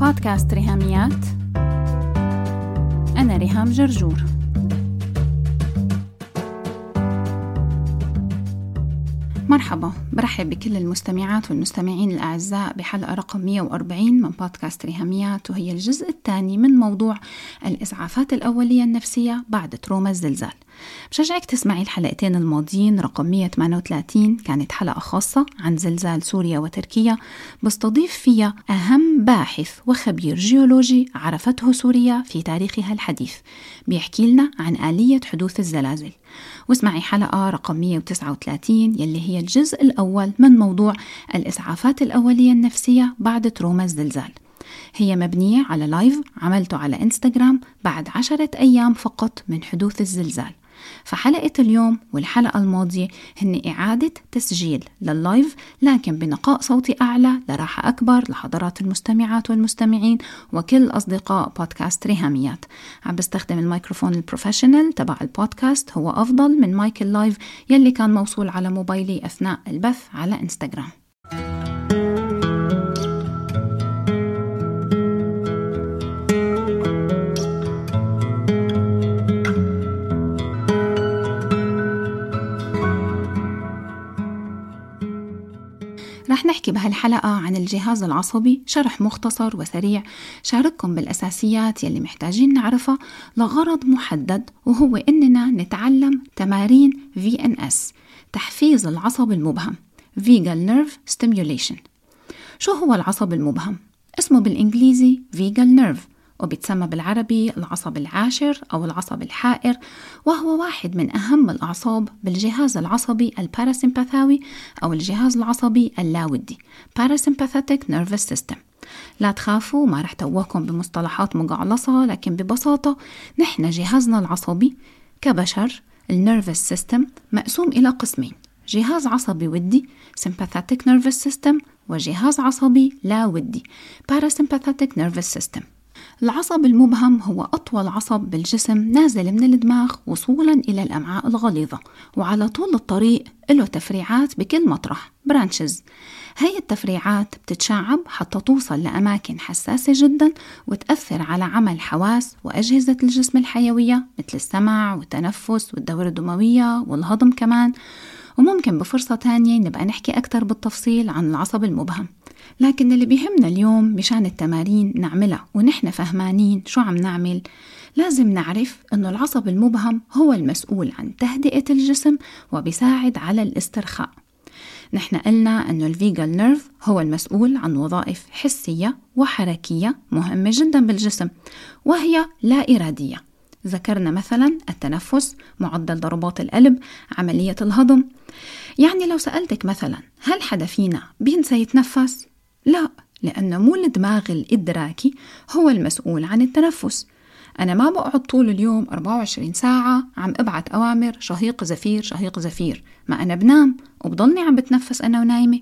بودكاست ريهاميات. أنا ريهام جرجور. مرحبا، برحب بكل المستمعات والمستمعين الأعزاء بحلقة رقم 140 من بودكاست ريهاميات، وهي الجزء الثاني من موضوع الإسعافات الأولية النفسية بعد تروما الزلزال. بشجعك تسمعي الحلقتين الماضيين. رقم 138 كانت حلقة خاصة عن زلزال سوريا وتركيا، بستضيف فيها أهم باحث وخبير جيولوجي عرفته سوريا في تاريخها الحديث، بيحكي لنا عن آلية حدوث الزلازل. واسمعي حلقة رقم 139 يلي هي الجزء الأول من موضوع الإسعافات الأولية النفسية بعد تروما الزلزال. هي مبنية على لايف عملته على إنستغرام بعد 10 أيام فقط من حدوث الزلزال. فحلقة اليوم والحلقة الماضية هن إعادة تسجيل لللايف، لكن بنقاء صوتي أعلى لراحة أكبر لحضرات المستمعات والمستمعين وكل أصدقاء بودكاست ريهاميات. عم بستخدم الميكروفون البروفيشنال تبع البودكاست، هو أفضل من مايك اللايف يلي كان موصول على موبايلي أثناء البث على إنستغرام. رح نحكي بهالحلقة عن الجهاز العصبي، شرح مختصر وسريع شارككم بالأساسيات يلي محتاجين نعرفها لغرض محدد، وهو إننا نتعلم تمارين VNS، تحفيز العصب المبهم Vagal Nerve Stimulation. شو هو العصب المبهم؟ اسمه بالإنجليزي Vagal Nerve، وبيتسمى بالعربي العصب العاشر أو العصب الحائر، وهو واحد من أهم الأعصاب بالجهاز العصبي الباراسمباثاوي أو الجهاز العصبي اللاودي Parasympathetic Nervous System. لا تخافوا، ما رح توهكم بمصطلحات مجعلصة، لكن ببساطة نحن جهازنا العصبي كبشر النيرفس سيستم مقسوم إلى قسمين: جهاز عصبي ودي Sympathetic Nervous System، وجهاز عصبي لا ودي Parasympathetic Nervous System. العصب المبهم هو أطول عصب بالجسم، نازل من الدماغ وصولا إلى الأمعاء الغليظة، وعلى طول الطريق له تفريعات بكل مطرح برانشز. هاي التفريعات بتتشعب حتى توصل لأماكن حساسة جدا وتأثر على عمل حواس وأجهزة الجسم الحيوية مثل السمع والتنفس والدورة الدموية والهضم كمان. وممكن بفرصة تانية نبقى نحكي أكتر بالتفصيل عن العصب المبهم، لكن اللي بيهمنا اليوم مشان التمارين نعملها ونحن فهمانين شو عم نعمل، لازم نعرف أنه العصب المبهم هو المسؤول عن تهدئة الجسم وبيساعد على الاسترخاء. نحن قلنا أنه الفيجال نيرف هو المسؤول عن وظائف حسية وحركية مهمة جدا بالجسم، وهي لا إرادية. ذكرنا مثلا التنفس، معدل ضربات القلب، عملية الهضم. يعني لو سألتك مثلا هل حدا فينا بينسى يتنفس؟ لا، لأن مو الدماغ الإدراكي هو المسؤول عن التنفس. أنا ما بقعد طول اليوم 24 ساعة عم أبعت أوامر شهيق زفير شهيق زفير، ما أنا بنام وبضلني عم بتنفس أنا ونايمة.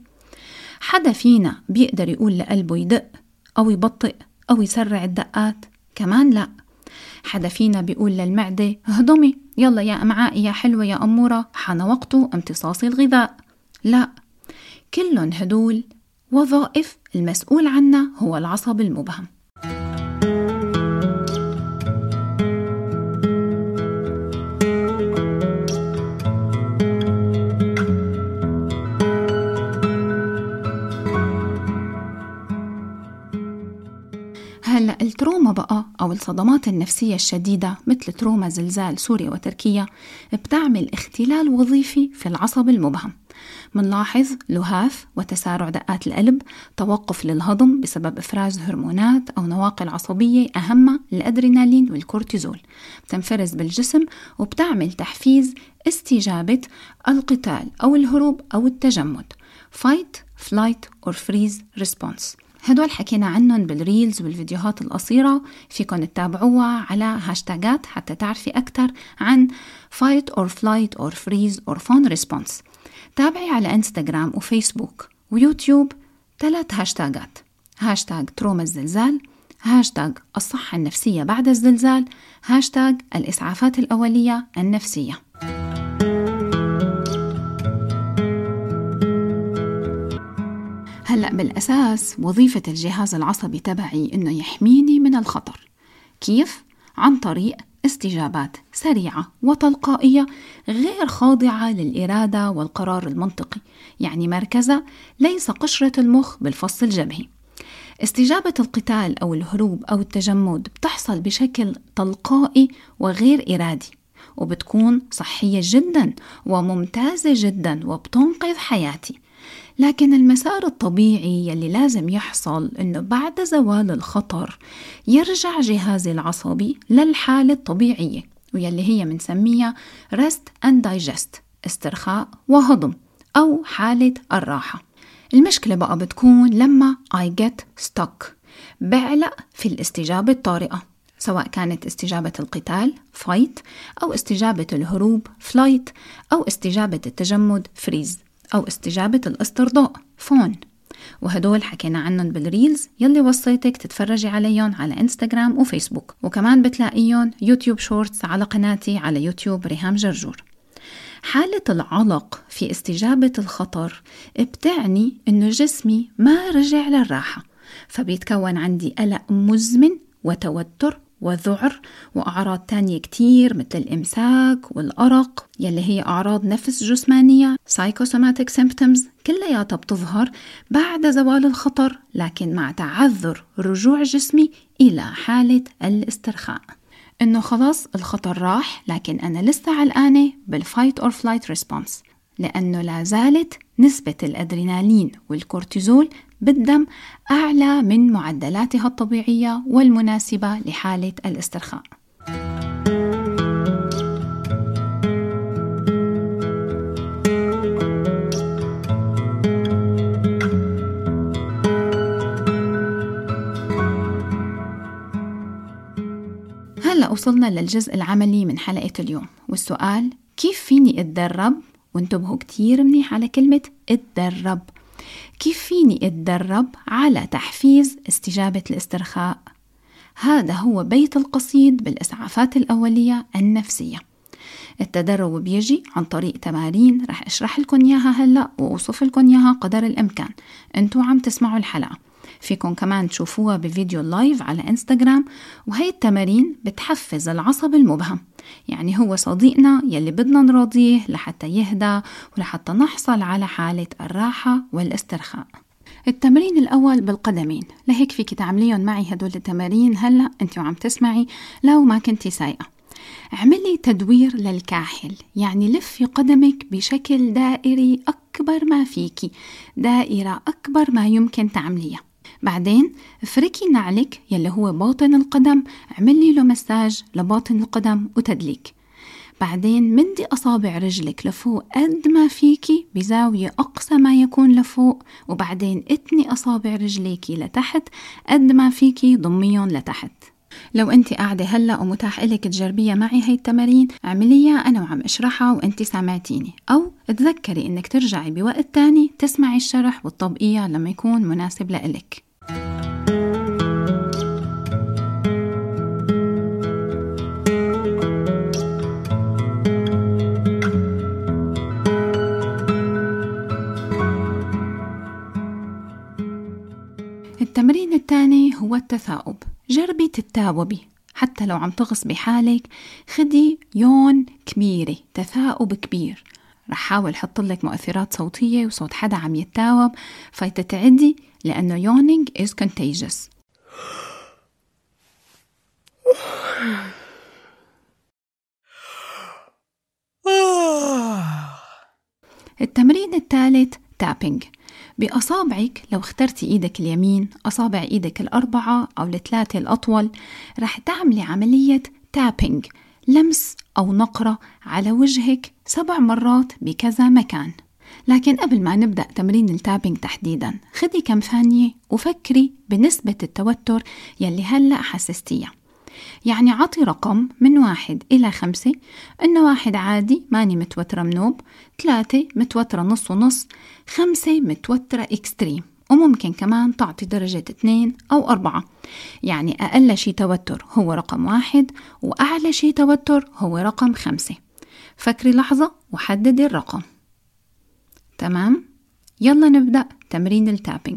حدا فينا بيقدر يقول لقلبه يدق أو يبطئ أو يسرع الدقات؟ كمان لا. حدا فينا بيقول للمعدة هضمي، يلا يا أمعائي يا حلوة يا أمورة، حان وقت امتصاص الغذاء؟ لا. كلهم هدول وظائف المسؤول عنها هو العصب المبهم. هلأ التروما بقى أو الصدمات النفسية الشديدة مثل تروما زلزال سوريا وتركيا بتعمل اختلال وظيفي في العصب المبهم. منلاحظ لهاث وتسارع دقات القلب، توقف للهضم بسبب إفراز هرمونات أو نواقل عصبية أهمها الأدرينالين والكورتيزول، بتنفرز بالجسم وبتعمل تحفيز استجابة القتال أو الهروب أو التجمد Fight, Flight or Freeze Response. هدول حكينا عنهم بالريلز والفيديوهات القصيرة، فيكن تتابعوها على هاشتاجات حتى تعرفي أكتر عن Fight or Flight or Freeze or Fawn Response. تابعي على إنستغرام وفيسبوك ويوتيوب 3 هاشتاجات: هاشتاج تروما الزلزال، هاشتاج الصحة النفسية بعد الزلزال، هاشتاج الإسعافات الأولية النفسية. هلأ هلأ بالأساس وظيفة الجهاز العصبي تبعي إنه يحميني من الخطر. كيف؟ عن طريق استجابات سريعة وتلقائية غير خاضعة للإرادة والقرار المنطقي، يعني مركزها ليس قشرة المخ بالفص الجبهي. استجابة القتال أو الهروب أو التجمد بتحصل بشكل تلقائي وغير إرادي، وبتكون صحية جدا وممتازة جدا وبتنقذ حياتي. لكن المسار الطبيعي يلي لازم يحصل إنه بعد زوال الخطر يرجع جهازي العصبي للحالة الطبيعية، ويلي هي منسميها rest and digest، استرخاء وهضم، أو حالة الراحة. المشكلة بقى بتكون لما I get stuck، بعلق في الاستجابة الطارئة، سواء كانت استجابة القتال fight، أو استجابة الهروب flight، أو استجابة التجمد freeze، أو استجابة الاسترضاء فون. وهدول حكينا عنهم بالريلز يلي وصيتك تتفرجي عليهم على انستغرام وفيسبوك، وكمان بتلاقيهم يوتيوب شورتس على قناتي على يوتيوب ريهام جرجور. حالة العلق في استجابة الخطر بتعني إنه جسمي ما رجع للراحة، فبيتكون عندي قلق مزمن وتوتر وذعر وأعراض تانية كتير مثل الإمساك والأرق يلي هي أعراض نفس جسمانية psychosomatic symptoms، كلياتها بتظهر بعد زوال الخطر، لكن مع تعذر رجوع جسمي إلى حالة الاسترخاء. إنه خلاص الخطر راح، لكن أنا لسه علقانة بالfight or flight response، لأنه لا زالت نسبة الأدرينالين والكورتيزول بالدم أعلى من معدلاتها الطبيعية والمناسبة لحالة الاسترخاء. هلأ وصلنا للجزء العملي من حلقة اليوم، والسؤال كيف فيني أتدرب؟ وانتبهوا كتير منيح على كلمة أتدرب. كيف فيني أتدرب على تحفيز استجابة الاسترخاء؟ هذا هو بيت القصيد بالإسعافات الأولية النفسية. التدرب بيجي عن طريق تمارين رح أشرح لكم إياها هلأ وأوصف لكم إياها قدر الإمكان. أنتوا عم تسمعوا الحلقة، فيكم كمان تشوفوها بفيديو لايف على انستغرام. وهي التمارين بتحفز العصب المبهم، يعني هو صديقنا يلي بدنا نراضيه لحتى يهدى ولحتى نحصل على حالة الراحة والاسترخاء. التمرين الأول بالقدمين، لهيك فيك تعمليهم معي هدول التمارين هلأ انت وعم تسمعي لو ما كنتي سايقة. اعملي تدوير للكاحل، يعني لفي قدمك بشكل دائري أكبر ما فيكي، دائرة أكبر ما يمكن تعمليها. بعدين افركي نعلك يلي هو باطن القدم، اعملي له مساج لباطن القدم وتدليك. بعدين مدي أصابع رجلك لفوق قد ما فيكي بزاوية أقصى ما يكون لفوق، وبعدين اتني أصابع رجليكي لتحت قد ما فيكي ضميهم لتحت. لو انت قاعدة هلأ ومتاح لك تجربيها معي هاي التمارين، اعمليها أنا وعم اشرحها وانت سامعتيني، أو تذكري انك ترجعي بوقت تاني تسمعي الشرح وتطبقيها لما يكون مناسب لإلك. التمرين الثاني هو التثاؤب. جربي تتاوبي، حتى لو عم تغصبي حالك خدي يون كبيرة، تثاؤب كبير. رح حاول حط لك مؤثرات صوتية وصوت حدا عم يتاوب فيتتعدي، لأنه yawning is contagious. التمرين الثالث تابينج بأصابعك. لو اخترتي إيدك اليمين، أصابع إيدك الأربعة أو الثلاثة الأطول، رح تعملي عملية تابينج، لمس أو نقرة على وجهك 7 مرات بكذا مكان. لكن قبل ما نبدأ تمرين التابينج تحديدا، خدي كم ثانية وفكري بنسبة التوتر يلي هلأ حسستيها. يعني عطي رقم من 1 إلى 5، إنه 1 عادي ماني متوترة منوب، 3 متوترة نص ونص، 5 متوترة إكستريم، وممكن كمان تعطي درجة 2 أو 4. يعني أقل شي توتر هو رقم 1 وأعلى شي توتر هو رقم 5. فكري لحظة وحددي الرقم. تمام؟ يلا نبدأ تمرين التابينج.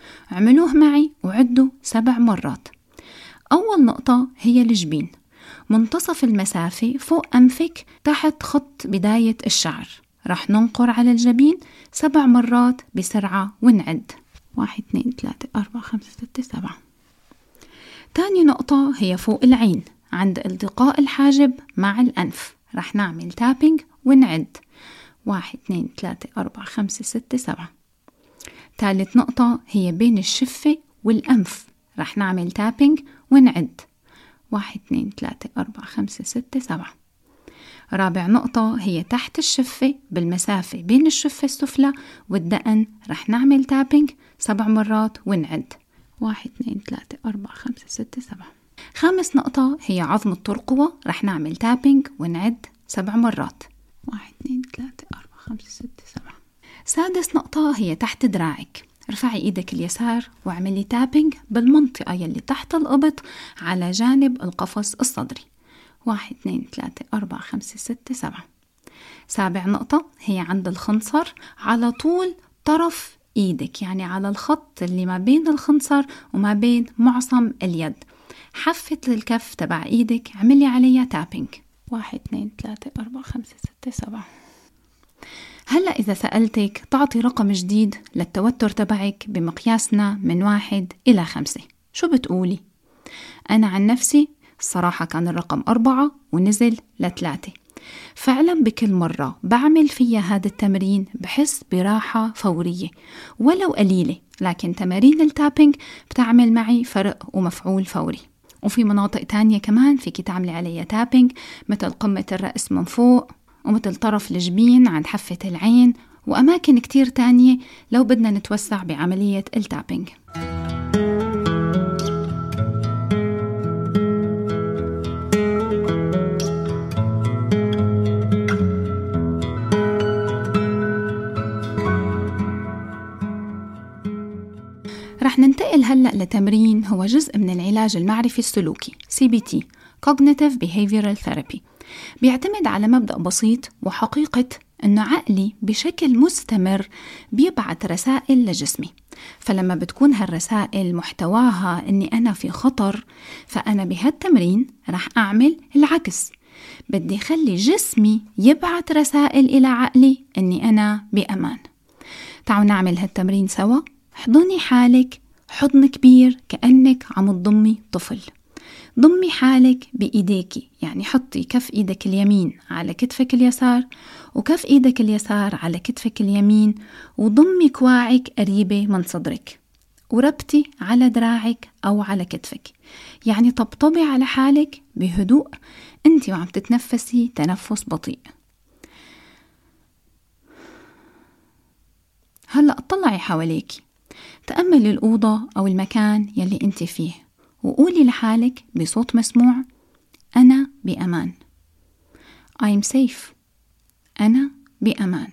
عملوه معي وعدوا 7 مرات. أول نقطة هي الجبين، منتصف المسافة فوق أنفك تحت خط بداية الشعر. رح ننقر على الجبين 7 مرات بسرعة ونعد 1 2 3 4 5 6 7. تاني نقطة هي فوق العين عند التقاء الحاجب مع الأنف. رح نعمل تابينج ونعد 1 2 3 4 5 6 7. ثالث نقطة هي بين الشفة والأنف. رح نعمل تابينج ونعد 1 2 3 4 5 6 7. رابع نقطة هي تحت الشفة بالمسافة بين الشفة السفلى والدقن. رح نعمل تابينج 7 مرات ونعد 1 2 3 4 5 6 7. خامس نقطة هي عظم الترقوة. رح نعمل تابينج ونعد 7 مرات 1 2 3 4 5 6 7. سادس نقطة هي تحت دراعك. ارفعي ايدك اليسار واعملي تابينج بالمنطقة يلي تحت الإبط على جانب القفص الصدري 1 2 3 4 5 6 7. سابع نقطة هي عند الخنصر على طول طرف ايدك، يعني على الخط اللي ما بين الخنصر وما بين معصم اليد. حفة الكف تبع ايدك اعملي عليها تابينج 1 2 3 4 5 6 7. هلأ إذا سألتك تعطي رقم جديد للتوتر تبعك بمقياسنا من 1 إلى 5، شو بتقولي؟ أنا عن نفسي الصراحة كان الرقم 4 ونزل ل3. فعلا بكل مرة بعمل فيها هذا التمرين بحس براحة فورية ولو قليلة، لكن تمارين التابينج بتعمل معي فرق ومفعول فوري. وفي مناطق تانية كمان فيكي تعملي عليها تابينج، مثل قمة الرأس من فوق، ومثل طرف الجبين عند حافة العين، وأماكن كتير تانية لو بدنا نتوسع بعملية التابينج. رح ننتقل هلأ لتمرين هو جزء من العلاج المعرفي السلوكي CBT Cognitive Behavioral Therapy. بيعتمد على مبدأ بسيط وحقيقة أنه عقلي بشكل مستمر بيبعت رسائل لجسمي، فلما بتكون هالرسائل محتواها أني أنا في خطر، فأنا بهالتمرين رح أعمل العكس. بدي خلي جسمي يبعت رسائل إلى عقلي أني أنا بأمان. تعالوا نعمل هالتمرين سوا. احضني حالك حضن كبير كأنك عم تضمي طفل. ضمي حالك بإيديكي، يعني حطي كف إيدك اليمين على كتفك اليسار وكف إيدك اليسار على كتفك اليمين، وضمي كواعك قريبة من صدرك وربطي على دراعك أو على كتفك، يعني طبطبي على حالك بهدوء انتي وعم تتنفسي تنفس بطيء. هلأ اطلعي حواليكي، تأملي الأوضة أو المكان يلي انت فيه وقولي لحالك بصوت مسموع: أنا بأمان. I'm safe. أنا بأمان.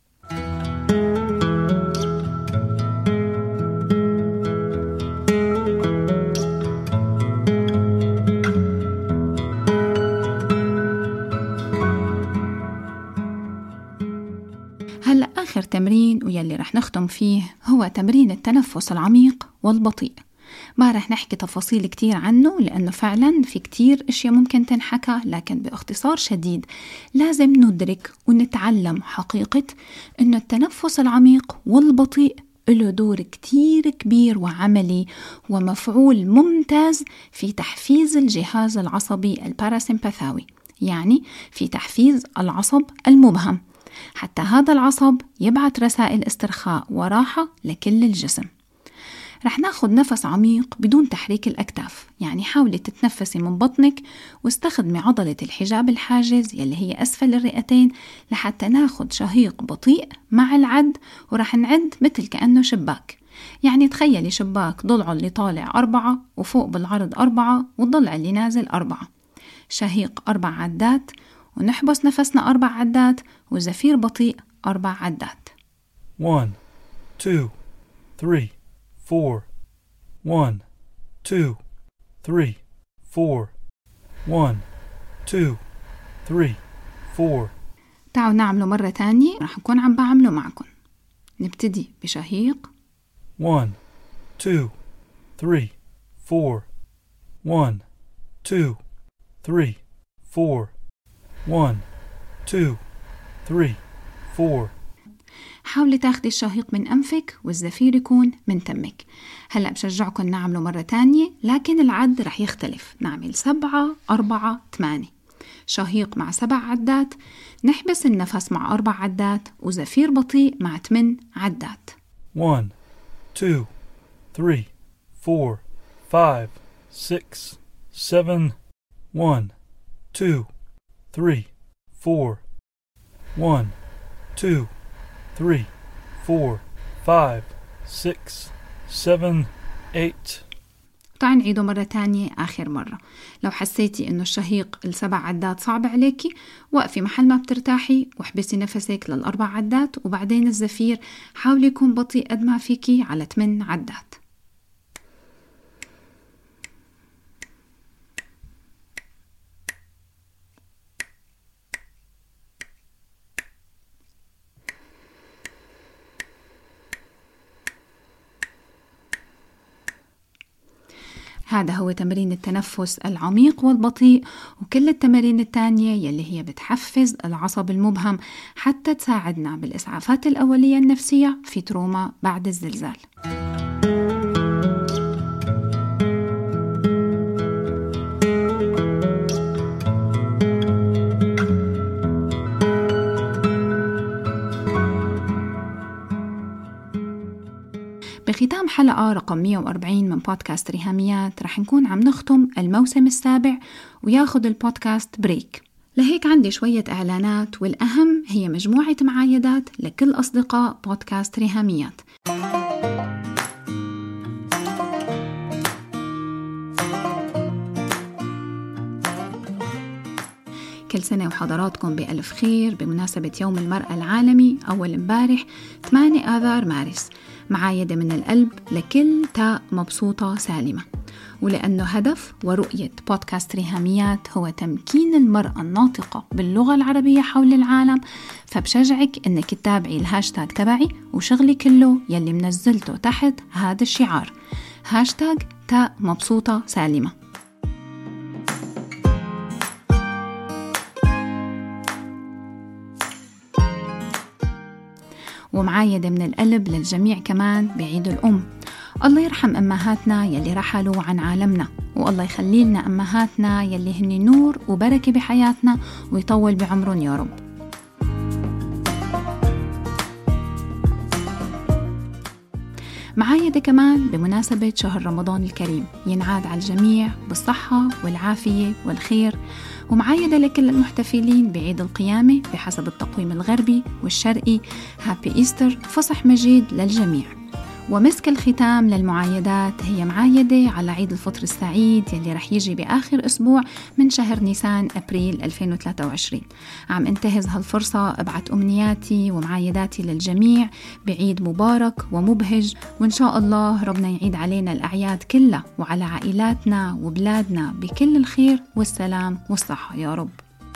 هلأ آخر تمرين ويلي رح نختم فيه هو تمرين التنفس العميق والبطيء. ما رح نحكي تفاصيل كتير عنه لأنه فعلا في كتير اشياء ممكن تنحكى، لكن باختصار شديد لازم ندرك ونتعلم حقيقة انه التنفس العميق والبطيء له دور كتير كبير وعملي ومفعول ممتاز في تحفيز الجهاز العصبي الباراسمباثاوي، يعني في تحفيز العصب المبهم، حتى هذا العصب يبعث رسائل استرخاء وراحة لكل الجسم. رح ناخد نفس عميق بدون تحريك الأكتاف، يعني حاولي تتنفسي من بطنك واستخدمي عضلة الحجاب الحاجز يلي هي أسفل الرئتين لحتى ناخد شهيق بطيء مع العد، ورح نعد مثل كأنه شباك، يعني تخيلي شباك ضلعه اللي طالع 4 وفوق بالعرض 4 والضلع اللي نازل 4. شهيق 4 عدات ونحبس نفسنا 4 عدات وزفير بطيء 4 عدات. 1 2 3 4 1 2 3 4 1 2 3 4. تعالوا نعمله مرة تانية، رح نكون عم بعمله معكم. نبتدي بشهيق 1 2, 3, 4. 1, 2, 3, 4. 1, 2, 3, 4. حاولي تاخدي الشهيق من أنفك والزفير يكون من تمك. هلأ بشجعكم نعمله مرة تانية، لكن العد رح يختلف. نعمل 7 4 8 شهيق مع 7 عدات، نحبس النفس مع 4 عدات، وزفير بطيء مع 8 عدات. 1, 2, 3, 4, 5, 6, 7. 1, 2, 3, 4. 1, 2, 3, 4, 5, 6, 7, 8. تعال نعيده مرة تانية آخر مرة. لو حسيتي إنه الشهيق ال7 عدات صعب عليكي، وقفي محل ما بترتاحي واحبسي نفسك لل4 عدات، وبعدين الزفير حاولي يكون بطيء قد ما فيكي على 8 عدات. هذا هو تمرين التنفس العميق والبطيء، وكل التمارين التانية يلي هي بتحفز العصب المبهم حتى تساعدنا بالإسعافات الأولية النفسية في تروما بعد الزلزال. بختام حلقة رقم 140 من بودكاست ريهاميات رح نكون عم نختم الموسم السابع وياخد البودكاست بريك. لهيك عندي شوية إعلانات، والأهم هي مجموعة معايدات لكل أصدقاء بودكاست ريهاميات. كل سنة وحضراتكم بألف خير بمناسبة يوم المرأة العالمي أول امبارح 8 آذار مارس. معايدة من القلب لكل تاء مبسوطة سالمة. ولأنه هدف ورؤية بودكاست ريهاميات هو تمكين المرأة الناطقة باللغة العربية حول العالم، فبشجعك إنك تتابعي الهاشتاج تبعي وشغلي كله يلي منزلته تحت هذا الشعار، هاشتاج تاء مبسوطة سالمة. ومعايدة من القلب للجميع كمان بعيد الأم. الله يرحم أمهاتنا يلي رحلوا عن عالمنا، والله يخلي لنا أمهاتنا يلي هن نور وبركة بحياتنا ويطول بعمرهم يا رب. معايدة كمان بمناسبة شهر رمضان الكريم ينعاد على الجميع بالصحة والعافية والخير، ومعايدة لكل المحتفلين بعيد القيامة بحسب التقويم الغربي والشرقي. هابي إيستر، فصح مجيد للجميع. ومسك الختام للمعايدات هي معايدة على عيد الفطر السعيد يلي رح يجي بآخر أسبوع من شهر نيسان أبريل 2023. عم انتهز هالفرصة ابعت أمنياتي ومعايداتي للجميع بعيد مبارك ومبهج، وإن شاء الله ربنا يعيد علينا الأعياد كلها وعلى عائلاتنا وبلادنا بكل الخير والسلام والصحة يا رب.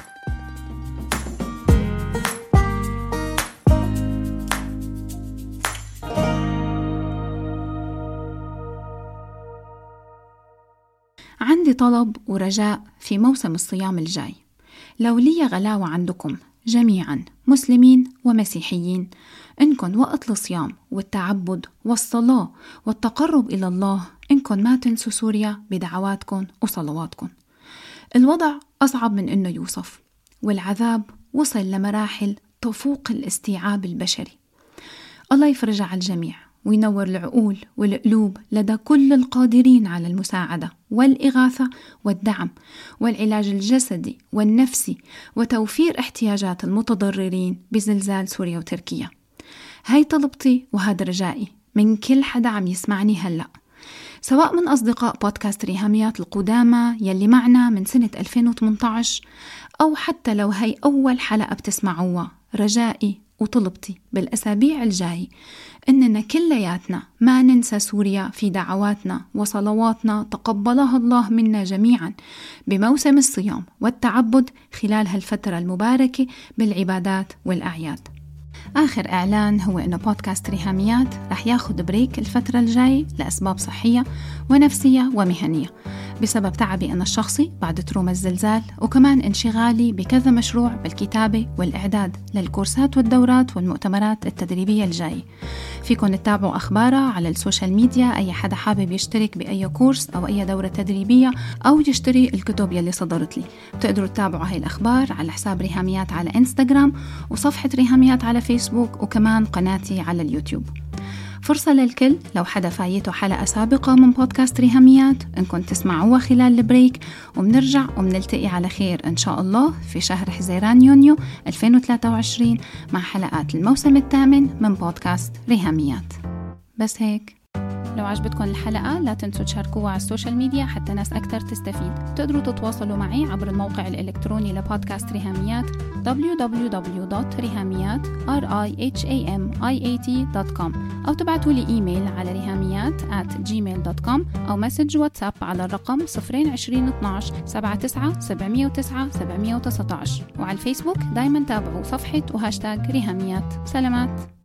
عندي طلب ورجاء في موسم الصيام الجاي. لو لي غلاوة عندكم جميعا مسلمين ومسيحيين، إنكم وقت الصيام والتعبد والصلاة والتقرب إلى الله إنكم ما تنسوا سوريا بدعواتكم وصلواتكم. الوضع أصعب من إنه يوصف، والعذاب وصل لمراحل تفوق الاستيعاب البشري. الله يفرج على الجميع وينور العقول والقلوب لدى كل القادرين على المساعدة والإغاثة والدعم والعلاج الجسدي والنفسي وتوفير احتياجات المتضررين بزلزال سوريا وتركيا. هاي طلبتي وهذا رجائي من كل حدا عم يسمعني هلأ، سواء من أصدقاء بودكاست ريهاميات القدامى يلي معنا من سنة 2018، أو حتى لو هاي أول حلقة بتسمعوها. رجائي وطلبتي بالأسابيع الجاي إننا كلياتنا ما ننسى سوريا في دعواتنا وصلواتنا تقبلها الله منا جميعا بموسم الصيام والتعبد خلال هالفترة المباركة بالعبادات والأعياد. آخر إعلان هو إنه بودكاست ريهاميات رح ياخد بريك الفترة الجاي لأسباب صحية ونفسية ومهنية، بسبب تعبي أنا الشخصي بعد تروما الزلزال، وكمان انشغالي بكذا مشروع بالكتابة والإعداد للكورسات والدورات والمؤتمرات التدريبية الجاي. فيكن تتابعوا أخبارها على السوشيال ميديا، أي حدا حابب يشترك بأي كورس أو أي دورة تدريبية أو يشتري الكتب يلي صدرت لي. بتقدروا تتابعوا هاي الأخبار على حساب ريهاميات على إنستغرام، وصفحة ريهاميات على فيسبوك، وكمان قناتي على اليوتيوب. فرصة للكل، لو حدا فايته حلقة سابقة من بودكاست ريهاميات إنكم تسمعوها خلال البريك، ومنرجع ومنلتقي على خير إن شاء الله في شهر حزيران يونيو 2023 مع حلقات الموسم الثامن من بودكاست ريهاميات. بس هيك. لو عجبتكم الحلقة لا تنسوا تشاركوها على السوشيال ميديا حتى ناس أكتر تستفيد. تقدروا تتواصلوا معي عبر الموقع الإلكتروني لبودكاست ريهاميات www.rihamiat.com، أو تبعتوا لي إيميل على rihamiat@gmail.com، أو مسج واتساب على الرقم 020 12 79 709 719. وعلى الفيسبوك دايما تابعوا صفحة وهاشتاج ريهاميات. سلامات.